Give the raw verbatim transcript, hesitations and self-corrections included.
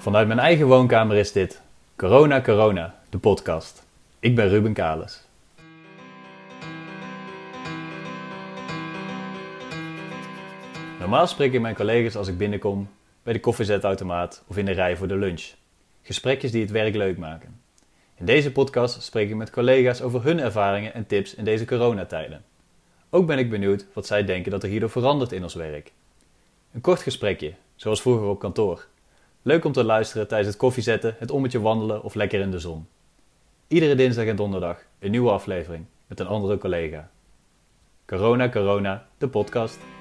Vanuit mijn eigen woonkamer is dit Corona Corona, de podcast. Ik ben Ruben Kales. Normaal spreek ik mijn collega's als ik binnenkom, bij de koffiezetautomaat of in de rij voor de lunch. Gesprekjes die het werk leuk maken. In deze podcast spreek ik met collega's over hun ervaringen en tips in deze coronatijden. Ook ben ik benieuwd wat zij denken dat er hierdoor verandert in ons werk. Een kort gesprekje, zoals vroeger op kantoor. Leuk om te luisteren tijdens het koffiezetten, het ommetje wandelen of lekker in de zon. Iedere dinsdag en donderdag een nieuwe aflevering met een andere collega. Corona Corona, de podcast.